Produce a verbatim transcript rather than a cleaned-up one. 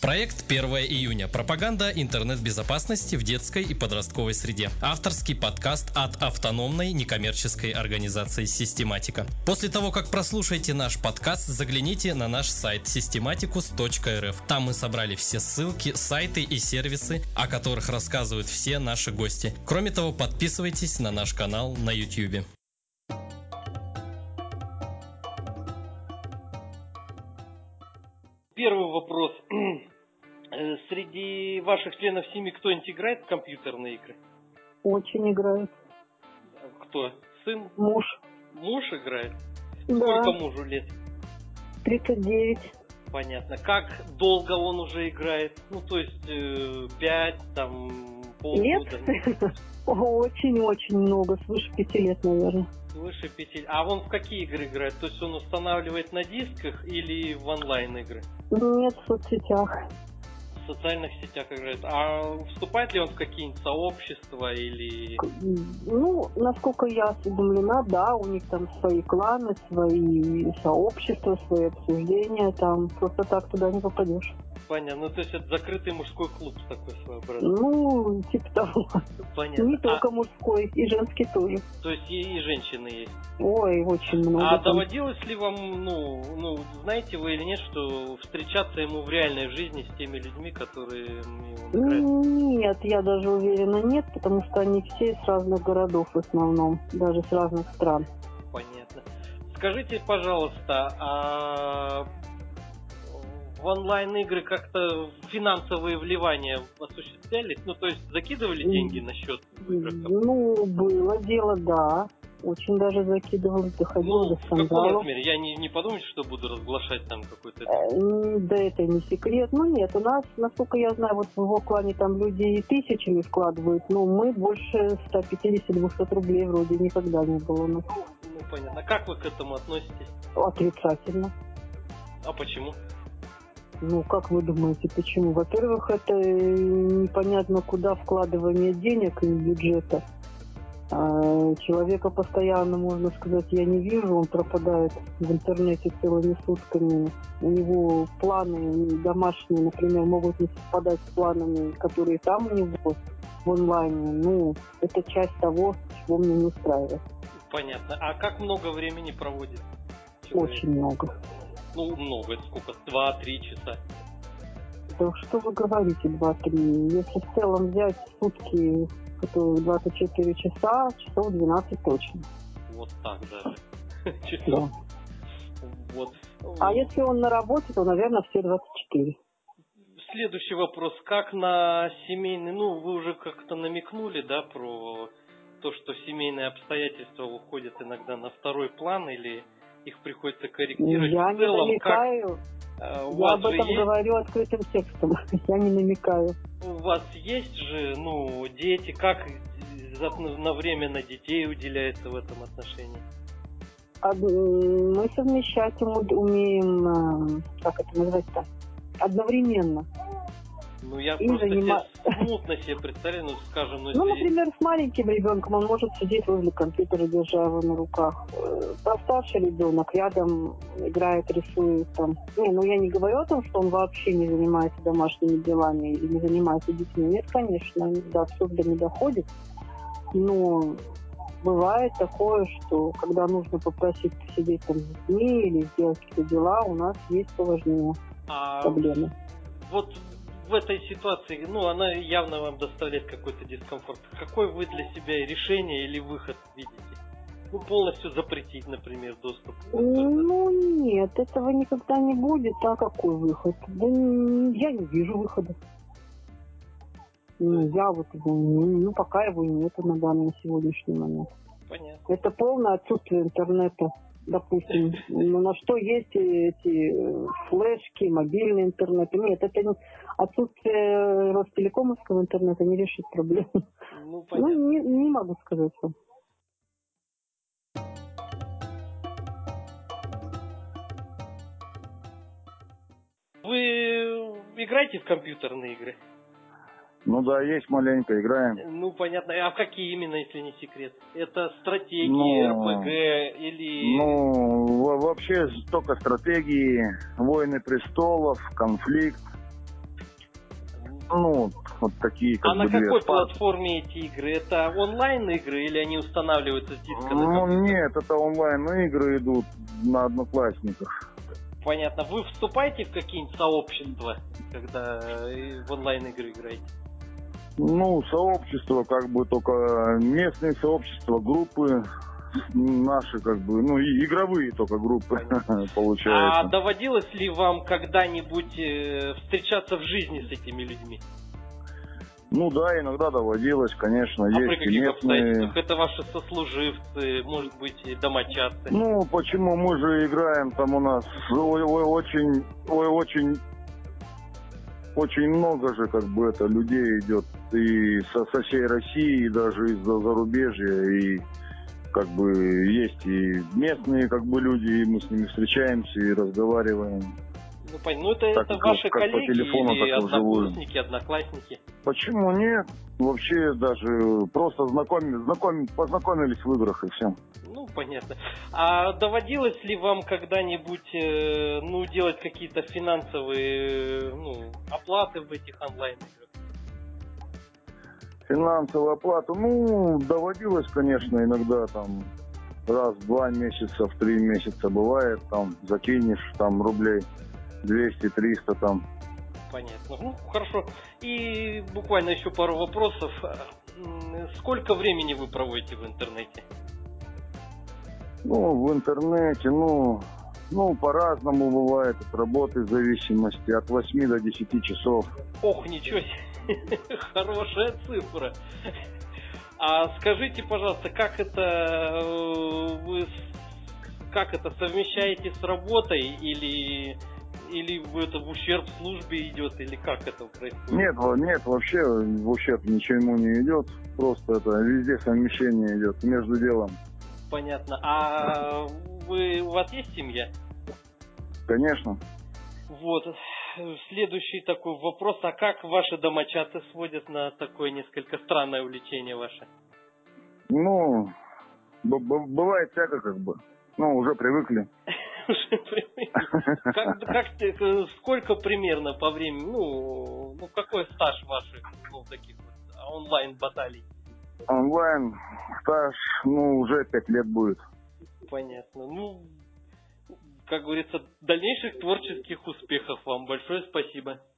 Проект первое июня. Пропаганда интернет-безопасности в детской и подростковой среде. Авторский подкаст от автономной некоммерческой организации «Систематика». После того, как прослушаете наш подкаст, загляните на наш сайт систематикус точка эр эф. Там мы собрали все ссылки, сайты и сервисы, о которых рассказывают все наши гости. Кроме того, подписывайтесь на наш канал на YouTube. Первый вопрос. Среди ваших членов семьи кто-нибудь играет в компьютерные игры? Очень играет. Кто? Сын? Муж. Муж играет? Да. Сколько мужу лет? тридцать девять. Понятно. Как долго он уже играет? Ну, то есть э, пять, там, полгода? Лет? Очень-очень много. Свыше пяти лет, наверное. Свыше пяти. А он в какие игры играет? То есть он устанавливает на дисках или в онлайн игры? Нет, в соцсетях. В социальных сетях играет. А вступает ли он в какие-нибудь сообщества или... Ну, насколько я осведомлена, да, у них там свои кланы, свои сообщества, свои обсуждения, там просто так туда не попадешь. Понятно. Ну, то есть это закрытый мужской клуб такой своеобразный. Ну, типа того. Понятно. Не только а... мужской, и женский тоже. То есть и, и женщины есть? Ой, очень много. А там. доводилось ли вам, ну, ну, знаете вы или нет, что встречаться ему в реальной жизни с теми людьми, которые он играет? Нет, я даже уверена, нет, потому что они все из разных городов в основном, даже с разных стран. Понятно. Скажите, пожалуйста, а в онлайн-игры как-то финансовые вливания осуществлялись? Ну, то есть закидывали деньги на счет в играх? Ну, было дело, да. Очень даже закидывал, доходило Ну, до в каком скандалов. размере? Я не, не подумайте, что буду разглашать там какой-то... Э, Да это не секрет. Ну нет, у нас, насколько я знаю, вот в его клане там люди и тысячами вкладывают, но мы больше ста пятидесяти двухсот рублей вроде никогда не было у нас. Ну, понятно. Как вы к этому относитесь? Отрицательно. А почему? Ну, как вы думаете, почему? Во-первых, это непонятно куда вкладывание денег из бюджета. А человека постоянно, можно сказать, я не вижу, он пропадает в интернете целыми сутками. У него планы домашние, например, могут не совпадать с планами, которые там у него в онлайне. Ну, это часть того, чего мне не устраивает. Понятно. А как много времени проводит человек? Очень много. Ну, много. Это сколько? Два-три часа? Да что вы говорите, два-три? Если в целом взять сутки, которые двадцать четыре часа, часов двенадцать точно. Вот так даже. Да. Вот. А если он на работе, то, наверное, все двадцать четыре. Следующий вопрос. Как на семейный... Ну, вы уже как-то намекнули, да, про то, что семейные обстоятельства уходят иногда на второй план или их приходится корректировать. Я в целом, не намекаю. Как, у Я вас об же этом есть... говорю открытым текстом. Я не намекаю. У вас есть же, ну, дети, как на время на детей уделяется в этом отношении? Мы совмещать умеем, как это назвать-то, одновременно. Ну, я И просто занима... себе смутно себе представляю, ну, скажем, ну, Ну, если... например, с маленьким ребенком он может сидеть возле компьютера, держа его на руках. Постарший ребенок рядом играет, рисует там. Не, ну я не говорю о том, что он вообще не занимается домашними делами или не занимается детьми. Нет, конечно, до абсурда не доходит. Но бывает такое, что когда нужно попросить посидеть там с детьми или сделать какие-то дела, у нас есть поважнее а проблемы. Вот в этой ситуации, ну, она явно вам доставляет какой-то дискомфорт. Какой вы для себя решение или выход видите? Ну, полностью запретить, например, доступ к интернету. Ну, нет, этого никогда не будет. А какой выход? Да я не вижу выхода. Ну, я вот, ну, пока его и нету на данный сегодняшний момент. Понятно. Это полное отсутствие интернета, допустим. Ну, на что есть эти флешки, мобильный интернет? Нет, это не... отсутствие Ростелекомовского интернета не решит проблему. Ну, понятно. Ну, не, не могу сказать вам. Вы играете в компьютерные игры? Ну да, есть маленько, играем. Ну, понятно. А в какие именно, если не секрет? Это стратегии, ну, эр пэ гэ или... Ну, вообще только стратегии, войны престолов, конфликт. Ну, вот такие как А бы на две какой спарки. платформе эти игры? Это онлайн игры или они устанавливаются с диска на Ну, компьютер? нет, это онлайн-игры идут на Одноклассниках. Понятно. Вы вступаете в какие-нибудь сообщества, когда э, в онлайн-игры играете? Ну, сообщество, как бы только местные сообщества, группы наши, как бы, ну, и игровые только группы, А получается. доводилось ли вам когда-нибудь э, встречаться в жизни с этими людьми? Ну да, иногда доводилось, конечно, А при есть и каких местные. обстоятельствах? Это ваши сослуживцы, может быть, и домочадцы? Ну, почему мы же играем, там у нас ой, ой, очень, ой, очень, очень много же, как бы, это людей идет и со, со всей России, и даже из-за зарубежья, и как бы есть и местные, как бы, люди, и мы с ними встречаемся и разговариваем. Ну, понятно. Ну, это, Так это как, ваши как по коллеги телефону, или так и вживую. однокурсники, одноклассники? Почему нет? Вообще даже просто знакомились, знаком, познакомились в играх и все. Ну, понятно. А доводилось ли вам когда-нибудь, э, ну, делать какие-то финансовые, э, ну, оплаты в этих онлайн-играх? Финансовую оплату, ну, доводилось, конечно, иногда там раз в два месяца, в три месяца бывает, там закинешь там рублей двести-триста там. Понятно. Ну, хорошо. И буквально еще пару вопросов. М, Сколько времени вы проводите в интернете? Ну, в интернете, ну, ну, по-разному бывает, от работы в зависимости, от восьми до десяти часов. Ох, ничего себе. Хорошая цифра. А скажите, пожалуйста, как это э, вы с- как это совмещаете с работой или или вы это в ущерб службе идет или как это происходит? Нет, во- нет, вообще в ущерб ничему не идет, просто это везде совмещение идет между делом. Понятно. А вы у вас есть семья? Конечно. Вот. Следующий такой вопрос. А как ваши домочадцы сводят на такое несколько странное увлечение ваше? Ну, б- б- бывает всяко, как бы. Ну, уже привыкли. Уже привыкли. Как, как ты- э, сколько примерно по времени, ну, ну какой стаж ваших, ну, таких вот онлайн баталий? Онлайн стаж, ну, уже пять лет будет. Понятно. Ну, как говорится, дальнейших творческих успехов вам. Большое спасибо.